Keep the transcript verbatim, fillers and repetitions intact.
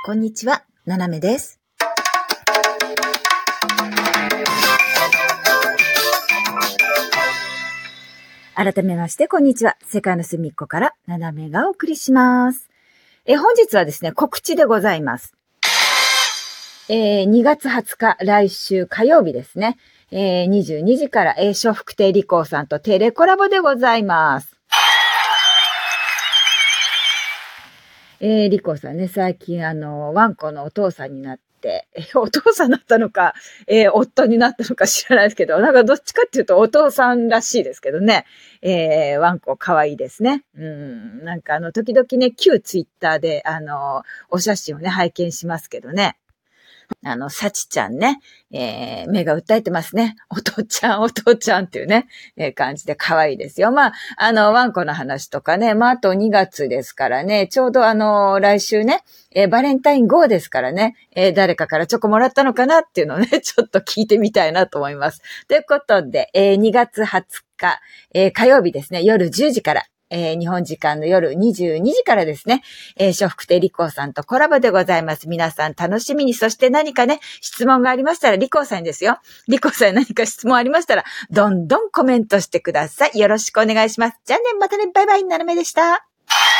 こんにちは、ななめです。改めまして、こんにちは。世界の隅っこからななめがお送りします。え、本日はですね、告知でございます。えー、にがつはつか、来週火曜日ですね。えー、にじゅうにじから、えー、笑福亭理光さんとテレコラボでございます。えー、理光さんね、最近あの、ワンコのお父さんになって、えー、お父さんになったのか、えー、夫になったのか知らないですけど、なんかどっちかっていうとお父さんらしいですけどね。えー、ワンコ可愛いですね。うん、なんかあの、時々ね、旧ツイッターで、あの、お写真をね、拝見しますけどね。あの、サチちゃんね、えー、目が訴えてますね。お父ちゃん、お父ちゃんっていうね、えー、感じで可愛いですよ。まあ、あの、ワンコの話とかね、まあ、あとにがつですからね、ちょうどあの、来週ね、えー、バレンタインゴーですからね、えー、誰かからチョコもらったのかなっていうのをね、ちょっと聞いてみたいなと思います。ということで、えー、にがつはつか、えー、火曜日ですね、夜じゅうじから、えー、日本時間の夜にじゅうにじからですね、えー、笑福亭理光さんとコラボでございます。皆さん楽しみに、そして何かね、質問がありましたら、理光さんにですよ。理光さんに何か質問ありましたら、どんどんコメントしてください。よろしくお願いします。じゃあね、またね、バイバイ、ななめでした。